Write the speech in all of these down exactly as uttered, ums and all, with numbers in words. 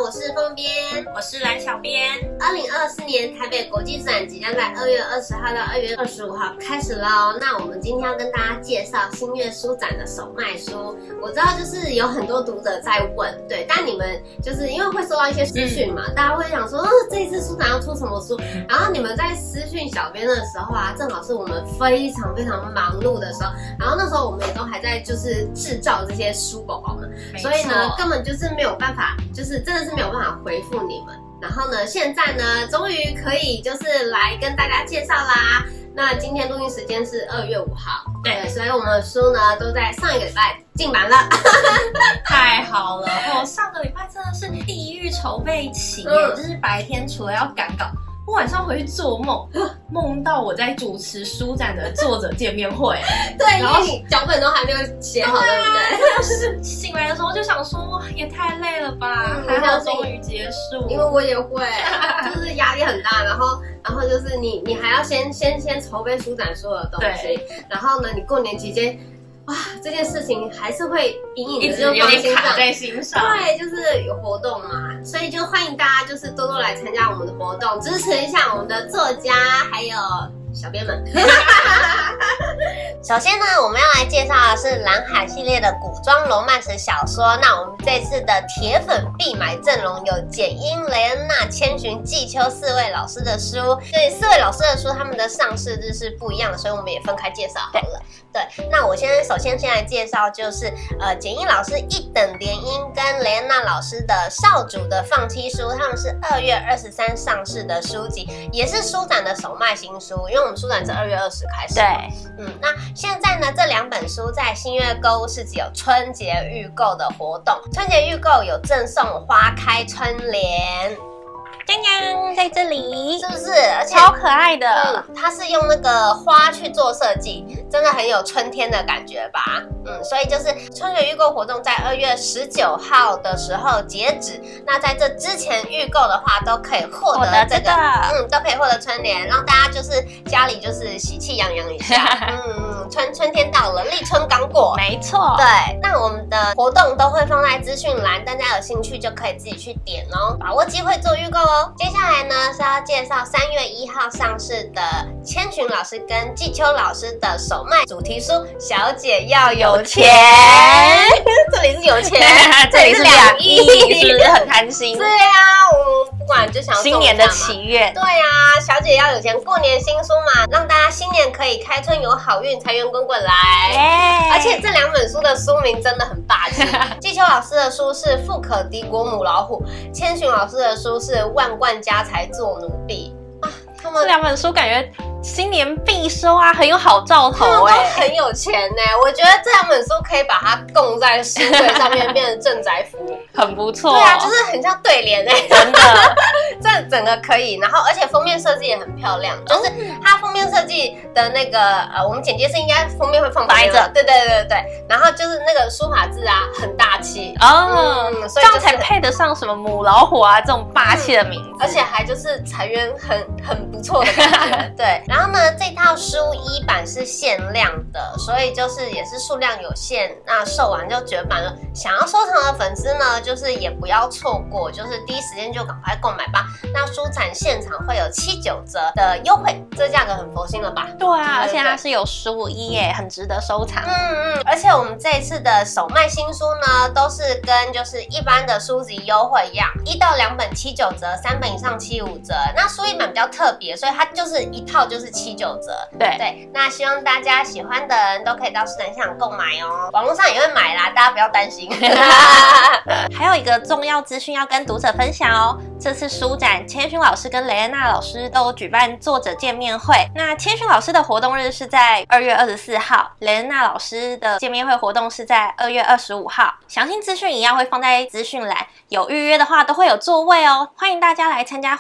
我是风编， 我是蓝小编。 二零二四年台北国际书展即将在二月二十号到二月二十五号开始咯。那我们今天要跟大家介绍新月书展的首卖书。我知道就是有很多读者在问，对，但你们就是因为会收到一些私讯嘛，嗯、大家会想说，哦，这一次书展要出什么书？然后你们在私讯小编的时候啊，正好是我们非常非常忙碌的时候，然后那时候我们也都还在就是制造这些书宝宝们，所以呢，根本就是没有办法，就是真的是没有办法回复你们。然后呢，现在呢，终于可以就是来跟大家介绍啦。那今天录音时间是二月五号，对，所以我们的书呢都在上一个礼拜进版了， 太好了！我、哦、上个礼拜真的是地狱筹备期耶，嗯、就是白天除了要赶稿，我晚上回去做梦，梦到我在主持书展的作者见面会。 对，因为你脚本都还没有写好，对不对？ 就是醒来的时候就想说，哇，也太累了吧！嗯、还好终于结束。 因为我也会，就是压力很大，然后，然后就是你，你还要先先先筹备书展所有的东西，然后呢，你过年期间。哇，这件事情还是会隐隐的就有点卡在心上。 对，就是有活动嘛，所以就欢迎大家就是多多来参加我们的活动，支持一下我们的作家还有小编们。首先呢，我们要来介绍的是蓝海系列的古装罗曼史小说。那我们这次的铁粉必买阵容有简英、雷恩娜、千寻、季秋四位老师的书。对，四位老师的书，他们的上市日是不一样的，所以我们也分开介绍好了。对，那我先首先先来介绍，就是呃，简英老师一等联姻跟雷恩娜老师的少主的放弃书，他们是二月二十三上市的书籍，也是书展的首卖新书，因为我们书展是二月二十开始。 对， 嗯，那现在呢，这两本书在新月购物市集有春节预购的活动，春节预购有赠送花开春联。 鸳鸯在这里， 是不是？而且超可爱的， 嗯，它是用那个花去做设计，真的很有春天的感觉吧？嗯，所以就是春节预购活动在二月十九号的时候截止，那在这之前预购的话，都可以获得这个，这个、嗯，都可以获得春联，让大家就是家里就是喜气洋洋一下。嗯嗯，春春天到了，立春刚过， 没错。 对，那我们的活动都会放在资讯栏，大家有兴趣就可以自己去点哦，把握机会做预购哦。接下来呢是要介绍三月一号上市的千寻老师跟季秋老师的首卖主题书《小姐要有钱》。这里是有钱，这里是两亿， 是不是很贪心？ 对啊，我不管就想要新年的祈愿。 对啊，小姐要有钱，过年新书嘛，让大家新年可以开春有好运，财源滚滚来。Yeah. 而且这两本书的书名真的很霸气。季秋老师的书是《富可敌国母老虎》，千寻老师的书是《万贯家财做奴婢》啊。他们这两本书感觉新年必收啊，很有好兆头哎、 欸，很有钱哎、欸！我觉得这两本书可以把它供在书柜上面，变成镇宅服， 很不错。 对啊，就是很像对联哎、欸， 真的， 这整个可以。然后而且封面设计也很漂亮，就是它封面设计的那个呃，我们简介是应该封面会放摆着，对对对对对。然后就是那个书法字啊，很大气哦、嗯，所以、就是、这样才配得上什么母老虎啊这种霸气的名字， 而且还就是财源很很不错的感觉，对。然后呢，这套书一版是限量的，所以就是也是数量有限，那售完就绝版了。想要收藏的粉丝呢，就是也不要错过，就是第一时间就赶快购买吧。那书展现场会有七九折的优惠，这价格很佛心了吧？ 对啊，而且它是有十五一耶，很值得收藏。 嗯嗯，而且我们这一次的首卖新书呢，都是跟就是一般的书籍优惠一样，一到两本七九折，三本以上七五折。那书一本比较特别，所以它就是一套就是七九折。 对对，那希望大家喜欢的人都可以到书展现场购买哦，网络上也会买啦，大家不要担心。 还有一个重要资讯要跟读者分享哦，这次书展，千寻老师跟雷恩娜老师都举办作者见面会。那千寻老师的活动日是在二月二十四号，雷恩娜老师的见面会活动是在二月二十五号。详细资讯一样会放在资讯栏，有预约的话都会有座位哦，欢迎大家来参加活动。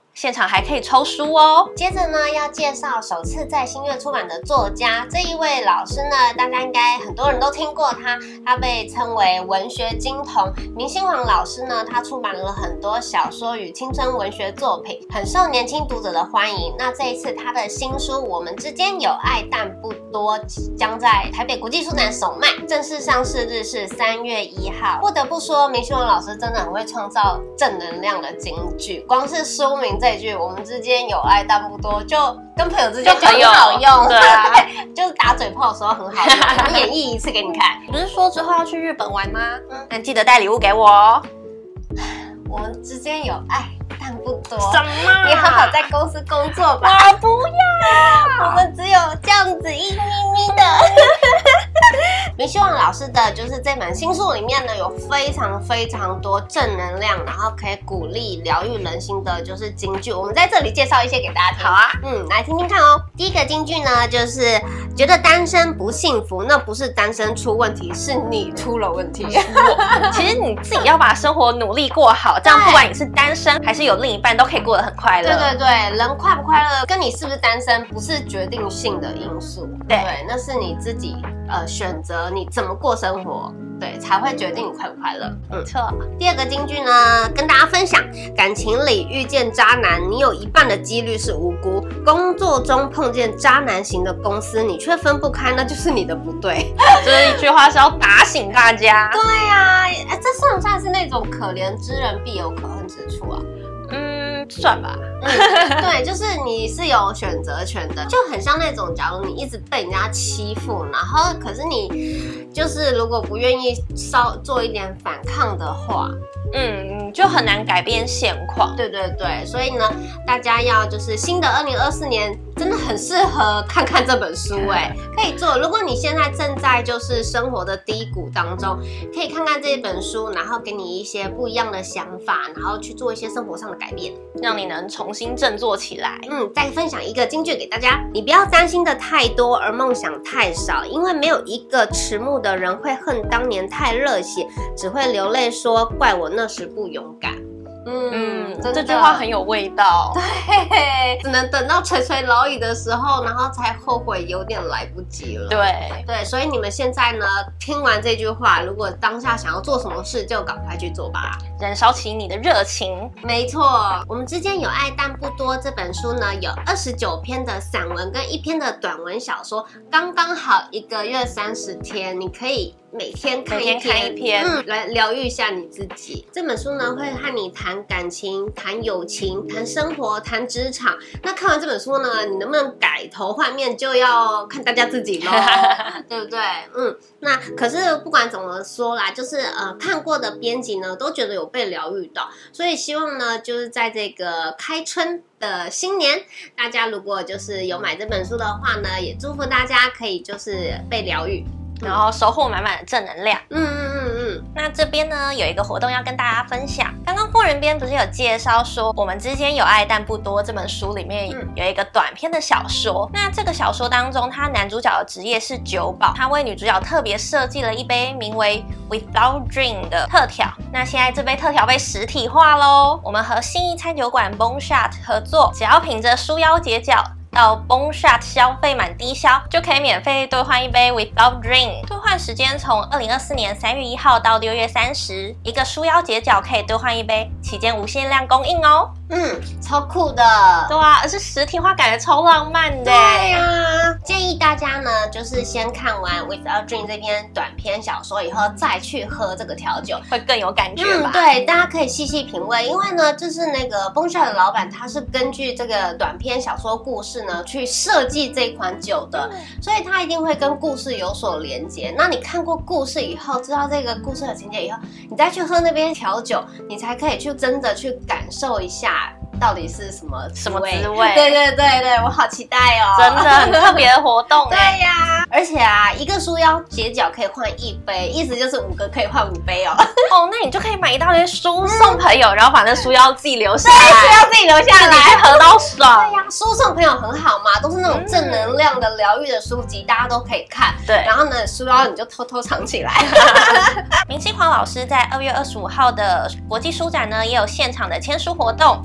现场还可以抽书哦。 接着呢，要介绍首次在新月出版的作家，这一位老师呢，大家应该很多人都听过他，他被称为文学金童。明星黄老师呢，他出版了很多小说与青春文学作品，很受年轻读者的欢迎。那这一次他的新书《我们之间有爱但不多》将在台北国际书展首卖，正式上市日是三月一号。不得不说，明星黄老师真的很会创造正能量的金句，光是书名这一句我们之间有爱但不多，就跟朋友之间就很好用， 对啊， 对，就是打嘴炮的时候很好用。我演绎一次给你看。 不是说之后要去日本玩吗？嗯，那记得带礼物给我哦。 我们之间有爱但不多， 什么？ 你好好在公司工作吧。 我不要， 我们只有这样子一咪咪的。明希望老师的就是这本新书里面呢，有非常非常多正能量，然后可以鼓励、疗愈人心的，就是金句。我们在这里介绍一些给大家听。 好啊， 嗯，来听听看哦。第一个金句呢，就是觉得单身不幸福，那不是单身出问题，是你出了问题。 其实你自己要把生活努力过好，这样不管你是单身还是有另一半，都可以过得很快乐。 对对对，人快不快乐跟你是不是单身不是决定性的因素，对，对，那是你自己呃选择你怎么过生活，对，才会决定你快不快乐。 没错。 第二个金句呢，跟大家分享，感情里遇见渣男，你有一半的几率是无辜；工作中碰见渣男型的公司，你却分不开，那就是你的不对。 这一句话是要打醒大家。 对呀、啊，这算不算是那种可怜之人必有可恨之处啊？ 嗯，算吧。 嗯，对，就是你是有选择权的，就很像那种，假如你一直被人家欺负，然后可是你就是如果不愿意稍做一点反抗的话， 嗯，就很难改变现况。 对对对，所以呢，大家要就是新的二零二四年真的很适合看看这本书，哎，可以做。如果你现在正在就是生活的低谷当中，可以看看这本书，然后给你一些不一样的想法，然后去做一些生活上的改变， 让你能重新振作起来。 嗯，再分享一个金句给大家，你不要担心的太多，而梦想太少，因为没有一个迟暮的人会恨当年太热血，只会流泪说怪我那时不勇敢。 嗯，嗯这句话很有味道。 对，只能等到垂垂老矣的时候，然后才后悔，有点来不及了。 对对，所以你们现在呢，听完这句话，如果当下想要做什么事，就赶快去做吧， 燃烧起你的热情。 没错，我们之间有爱但不多这本书呢，有二十九篇的散文跟一篇的短文小说，刚刚好一个月三十天，你可以每天看一篇， 每天看一篇， 嗯，来疗愈一下你自己。这本书呢，会和你谈感情、谈友情、谈生活、谈职场。那看完这本书呢，你能不能改头换面，就要看大家自己咯，对不对？嗯，那可是不管怎么说啦，就是呃，看过的编辑呢，都觉得有被疗愈到，所以希望呢，就是在这个开春的新年，大家如果就是有买这本书的话呢，也祝福大家可以就是被疗愈。 然后收获满满的正能量。 嗯嗯嗯嗯。 那这边呢有一个活动要跟大家分享。刚刚富人编不是有介绍说我们之间有爱但不多这本书里面有一个短篇的小说。那这个小说当中，他男主角的职业是酒保，他为女主角特别设计了一杯名为 Without Dream 的特调。那现在这杯特调被实体化咯，我们和信义餐酒馆 Bone Shot 合作，只要凭着书腰截角到 Bone Shot 消费满低消，就可以免费兑换一杯 Without Dream。兑换时间从二零二四年三月一号到六月三十，一个书腰截角可以兑换一杯，期间无限量供应哦。 嗯，超酷的。 对啊，而且实体化感觉超浪漫的。 对啊，建议大家呢，就是先看完 Without Dream 这篇短篇小说以后，再去喝这个调酒， 会更有感觉吧？ 嗯，对，大家可以细细品味，因为呢，就是那个 Bone Shot 的老板，他是根据这个短篇小说故事呢去设计这款酒的，所以他一定会跟故事有所连结。那你看过故事以后，知道这个故事的情节以后，你再去喝那边调酒，你才可以去真的去感受一下到底是什么什么滋味。 对对对对，我好期待哦， 真的很特别的活动。 对呀，而且啊，一个书腰截角可以换一杯，意思就是五个可以换五杯哦。 哦，那你就可以买一大堆书送朋友，嗯、然后把那书腰自己留下来， 对，书腰自己留下来， 自己喝到爽。 对呀，书送朋友很好嘛，都是那种正能量的疗愈的书籍，大家都可以看。 对， 然后呢，书腰你就偷偷藏起来。 明星黄老师在二月二十五号的国际书展呢，也有现场的签书活动。老师本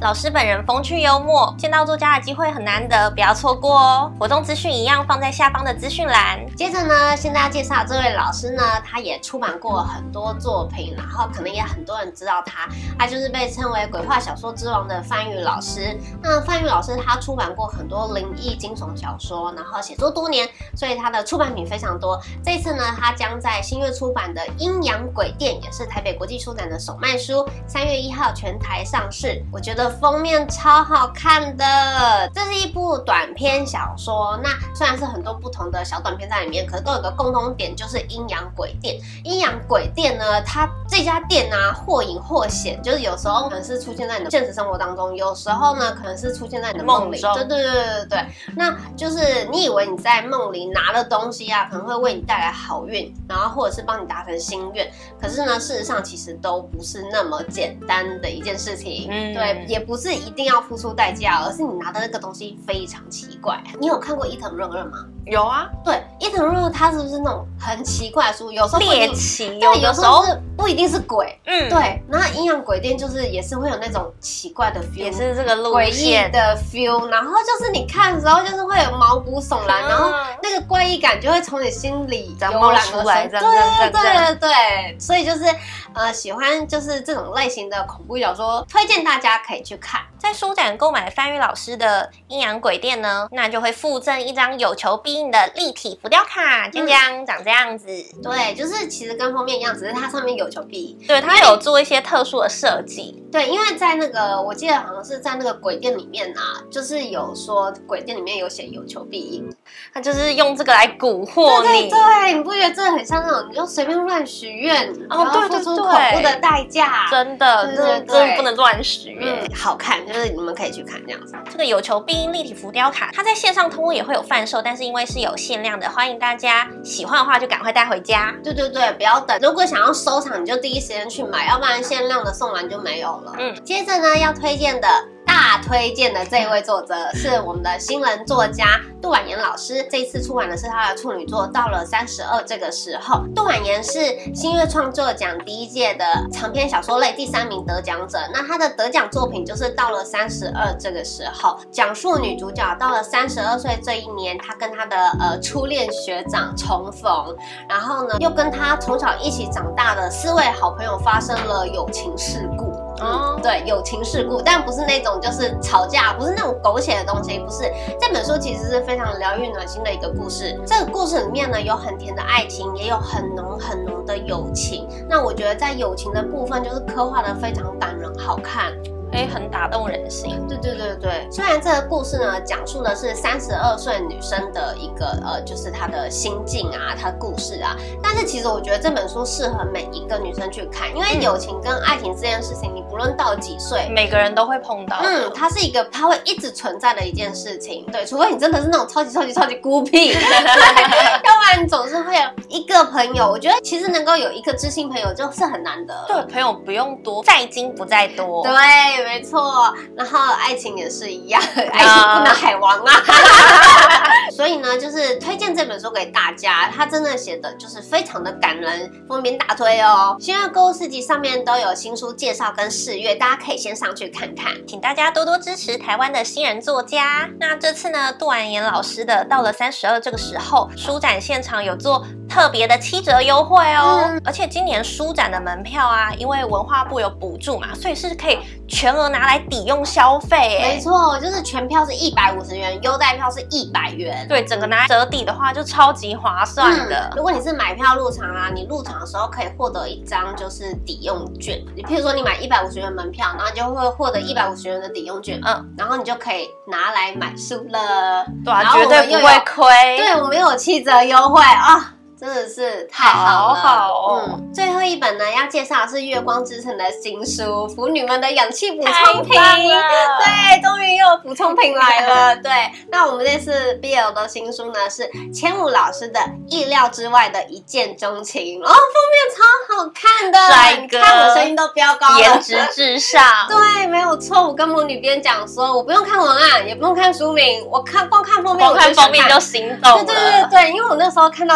本人风趣幽默，见到作家的机会很难得，不要错过哦。活动资讯一样放在下方的资讯栏。 接着呢，现在要介绍这位老师呢，他也出版过很多作品，然后可能也很多人知道他，他就是被称为鬼话小说之王的范玉老师。那范玉老师他出版过很多灵异惊悚小说，然后写作多年，所以他的出版品非常多。这一次呢，他将在新月出版的《阴阳鬼店》，也是台北国际书展的首卖书，三月一号全台上市。我觉得封面超好看的，这是一部短篇小说。那虽然是很多不同的小短片在里面，可是都有个共同点，就是阴阳鬼店。阴阳鬼店呢，它这家店啊，或隐或显，就是有时候可能是出现在你的现实生活当中，有时候呢，可能是出现在你的梦里。 梦中对对对对对，那就是你以为你在梦里拿的东西啊，可能会为你带来好运，然后或者是帮你达成心愿。可是呢，事实上其实都不是那么简单的一件事情。嗯，对，也不是一定要付出代价，而是你拿的那个东西非常奇怪。你有看过伊藤润二吗？ 有啊， 对，伊藤润二他是不是那种很奇怪的书？有时候猎奇， 对，有时候是不一定是鬼， 嗯， 对。然后阴阳鬼店就是也是会有那种奇怪的 feel， 也是这个路诡线异的 feel， 然后就是你看的时候就是会有毛骨悚然，嗯、然后那个怪异感就会从你心里油然而生，对对对对对，所以就是呃喜欢就是这种类型的恐怖小说，推荐大家可以去看。 在书展购买范玉老师的《阴阳鬼店》呢，那就会附赠一张有求必应的立体浮雕卡，这样、嗯、长这样子。 对，就是其实跟封面一样，只是它上面有求必应。 对，它有做一些特殊的设计。 对，因为在那个我记得好像是在那个鬼店里面啊，就是有说鬼店里面有写有求必应， 它就是用这个来蛊惑你。 对对对，你不觉得这很像那种你就随便乱许愿，然后付出恐怖的代价？ 真的，对对对，真的不能乱许愿、 嗯。好看，就是你们可以去看这样子。 这个有求必应立体浮雕卡，它在线上通路也会有贩售，但是因为是有限量的，欢迎大家喜欢的话就赶快带回家。 对对对，不要等。如果想要收藏，你就第一时间去买，要不然限量的送完就没有了。嗯，接着呢，要推荐的。大推荐的这一位作者是我们的新人作家杜婉妍老师，这一次出版的是他的处女作《到了三十二这个时候》。杜婉妍是新月创作奖第一届的长篇小说类第三名得奖者，那他的得奖作品就是《到了三十二这个时候》，讲述女主角到了三十二岁这一年，她跟她的呃初恋学长重逢，然后呢又跟她从小一起长大的四位好朋友发生了友情事故。嗯，对，友情事故，但不是那种就是吵架，不是那种狗血的东西，不是。这本书其实是非常疗愈暖心的一个故事。这个故事里面呢，有很甜的爱情，也有很浓很浓的友情。那我觉得在友情的部分，就是刻画的非常感人好看。 哎，很打动人心。 对对对对，虽然这个故事呢，讲述的是三十二岁女生的一个呃，就是她的心境啊，她的故事啊，但是其实我觉得这本书适合每一个女生去看，因为友情跟爱情这件事情，你不论到几岁， 每个人都会碰到。 嗯，它是一个，它会一直存在的一件事情。对，除非你真的是那种超级超级超级孤僻，要不然你总是会有一个朋友。我觉得其实能够有一个知心朋友就是很难得。 对，朋友不用多，在精不在多。 对。没错，然后爱情也是一样，爱情不能海王啊。所以呢，就是推荐这本书给大家，它真的写的就是非常的感人，封面大推哦。新月购物市集上面都有新书介绍跟试阅，大家可以先上去看看， 请大家多多支持台湾的新人作家。那这次呢，杜婉妍老师的到了三十二这个时候，书展现场有做特别的七折优惠哦、嗯，而且今年书展的门票啊，因为文化部有补助嘛，所以是可以全额拿来抵用消费。 没错，就是全票是一百五十元，优待票是一百元。 对，整个拿来折抵的话就超级划算的、 嗯。如果你是买票入场啊，你入场的时候可以获得一张就是抵用券。你譬如说你买一百五十元门票，然后就会获得一百五十元的抵用券，嗯，然后你就可以拿来买书了。 对啊，绝对不会亏。 对，我们有七折优惠啊。真的是太好了， 好好哦、 嗯。最后一本呢，要介绍的是月光之城的新书《腐女们的氧气补充品》。对，终于又有补充品来了。对，那我们这次 B L 的新书呢是千武老师的《意料之外的一见钟情》，哦，封面超好看的， 帅哥， 看我声音都飙高了， 颜值至上。 对，没有错。我跟魔女编讲说，我不用看文案，也不用看书名，我看光看封面， 光看封面就心动了。 对对对对，因为我那时候看到就是封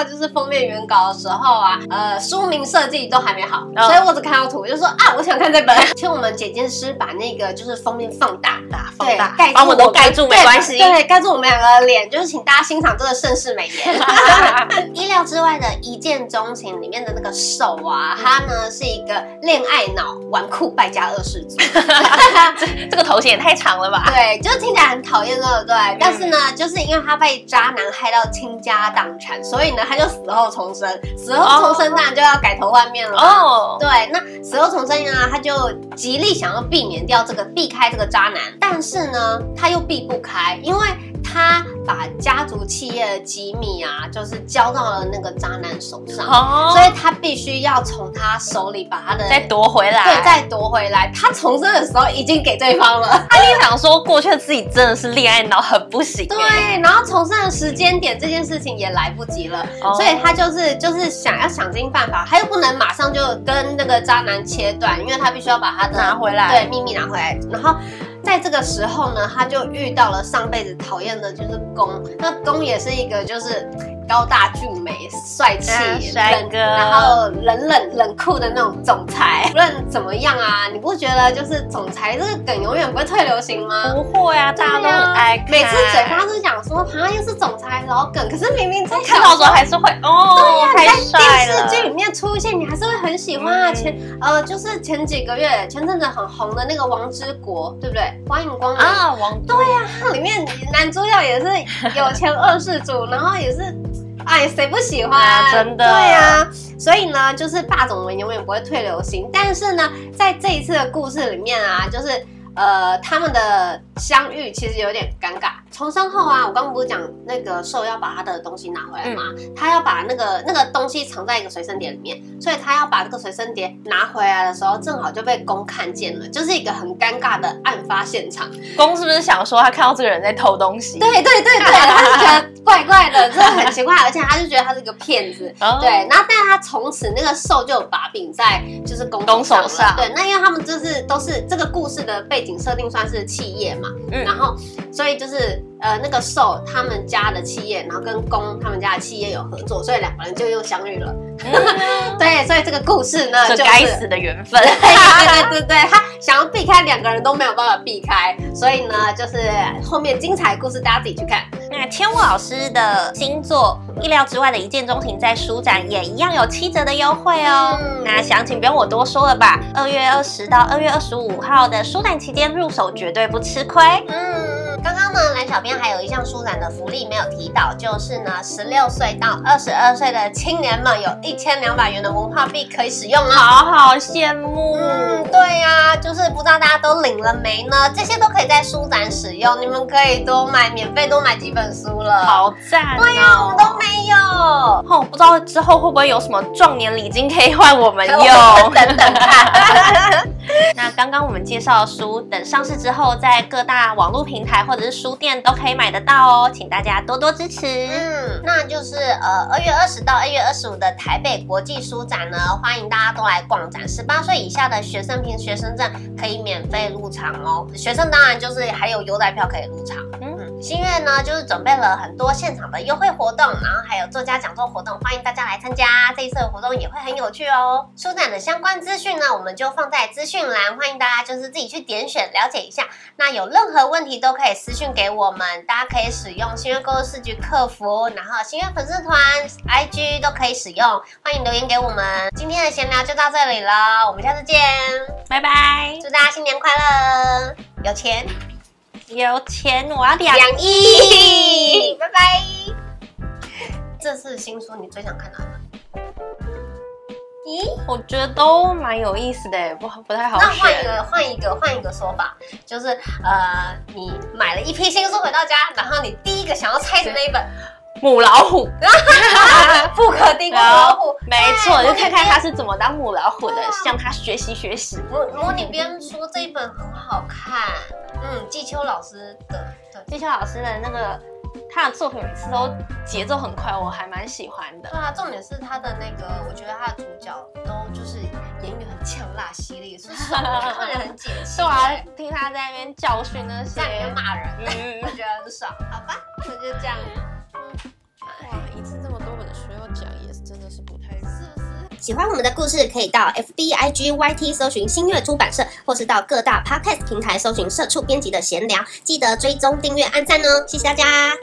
封面原稿的时候啊，呃，书名设计都还没好， 哦、 所以我只看到图就说啊，我想看这本。请我们剪接师把那个就是封面放大， 大放大， 盖把我们都盖住没关系， 对，盖住我们两个的脸，就是请大家欣赏这个盛世美颜。意料之外的一见钟情里面的那个受啊，他呢是一个恋爱脑、纨绔败家二世祖。 这这个头衔也太长了吧？ 对，就是听起来很讨厌，对不对？嗯、但是呢，就是因为他被渣男害到倾家荡产，所以呢，他就死后重生。死后重生当然就要改头换面了哦。对，那死后重生呢，他就极力想要避免掉这个、避开这个渣男，但是呢，他又避不开，因为他把家族企业的机密啊，就是交到了那个渣男手上，哦、所以他必须要从他手里把他的再夺回来， 对，再夺回来。他重生的时候已经给对方了， 他一定想说过去的自己真的是恋爱脑，很不行。 对，然后重生的时间点这件事情也来不及了，哦、所以他就是就是想要想尽办法，他又不能马上就跟那个渣男切断，因为他必须要把他的拿回来， 对，秘密拿回来，然后。在这个时候呢，他就遇到了上辈子讨厌的，就是公。那公也是一个就是高大俊美、帅气、 帅哥， 然后冷冷冷酷的那种总裁。无论怎么样啊，你不觉得就是总裁这个梗永远不会退流行吗？ 不会啊，大家都很爱看。 每次嘴巴都讲说他又是总裁老梗，可是明明在看到的时候还是会哦， 对呀、啊， 太帅了。 在电视剧里面出现，你还是会很喜欢啊。嗯、前呃，就是前几个月前阵子很红的那个《王之国》，对不对？欢迎光临啊，王对呀、啊，它里面男主角也是有钱二世祖，然后也是，哎，谁不喜欢？ 啊、真的， 对呀、啊，所以呢，就是霸总文永远不会退流行。但是呢，在这一次的故事里面啊，就是呃，他们的相遇其实有点尴尬。重生后啊，我刚刚不是讲那个受要把他的东西拿回来吗？嗯、他要把那个那个东西藏在一个随身碟里面，所以他要把这个随身碟拿回来的时候，正好就被公看见了，就是一个很尴尬的案发现场。 公是不是想说他看到这个人在偷东西？ 对对对对，他就觉得怪怪的，真的很奇怪，而且他就觉得他是个骗子。哦、对，然后但是他从此那个受就有把柄在就是公公手上。 对，那因为他们就是都是这个故事的背景设定算是企业嘛，嗯、然后所以就是。呃，那个受他们家的企业，然后跟公他们家的企业有合作，所以两个人就又相遇了。嗯、对，所以这个故事呢，就是该死的缘分。 对对对对对，他想要避开两个人都没有办法避开，所以呢，就是后面精彩的故事大家自己去看。 那天武老师的新作《意料之外的一见钟情》在书展也一样有七折的优惠哦。嗯、那详情不用我多说了吧？二月二十到二月二十五号的书展期间入手绝对不吃亏。 嗯。刚刚呢，蓝小编还有一项书展的福利没有提到，就是呢，十六岁到二十二岁的青年们有一千两百元的文化币可以使用哦， 好好羡慕。 嗯，对呀、啊，就是不知道大家都领了没呢？这些都可以在书展使用，你们可以多买，免费多买几本书了， 好赞、哦！ 对呀、啊，我们都没有。 哦，不知道之后会不会有什么壮年礼金可以换我们用？ 等等看。 那刚刚我们介绍的书，等上市之后，在各大网络平台或者是书店都可以买得到哦，请大家多多支持。 嗯，那就是呃二月二十到二月二十五的台北国际书展呢，欢迎大家都来逛展。十八岁以下的学生凭学生证可以免费入场哦，学生当然就是还有优待票可以入场。嗯。新月呢，就是准备了很多现场的优惠活动，然后还有作家讲座活动，欢迎大家来参加。这一次的活动也会很有趣哦。书展的相关资讯呢，我们就放在资讯栏，欢迎大家就是自己去点选了解一下。那有任何问题都可以私讯给我们，大家可以使用新月购物市局客服，然后新月粉丝团、I G 都可以使用，欢迎留言给我们。今天的闲聊就到这里了，我们下次见， 拜拜！ 祝大家新年快乐，有钱。 有钱，我要两两亿，拜拜。这次新书你最想看哪本？咦， 我觉得都蛮有意思的，不不太好选。 那换一个，换一个，换一个说法，就是呃，你买了一批新书回到家，然后你第一个想要猜的那一本。 母老虎， 不可敌国母老虎， 没错，就看看他是怎么当母老虎的，向他学习学习。 模模拟编说这一本很好看，嗯，季秋老师的，对， 季秋老师的那个他的作品每次都节奏很快，我还蛮喜欢的。 对啊，重点是他的那个，我觉得他的主角都就是言语很呛辣犀利，是看着很解气。 对啊，听他在那边教训那些， 在里面骂人，嗯，我觉得很爽。好吧，那就这样。 哇，一次这么多本书要讲也是。 真的是不太容易。 喜欢我们的故事，可以到 F B I G Y T 搜寻新月出版社，或是到各大 Podcast 平台搜寻社畜编辑的闲聊，记得追踪、订阅、按赞哦！谢谢大家。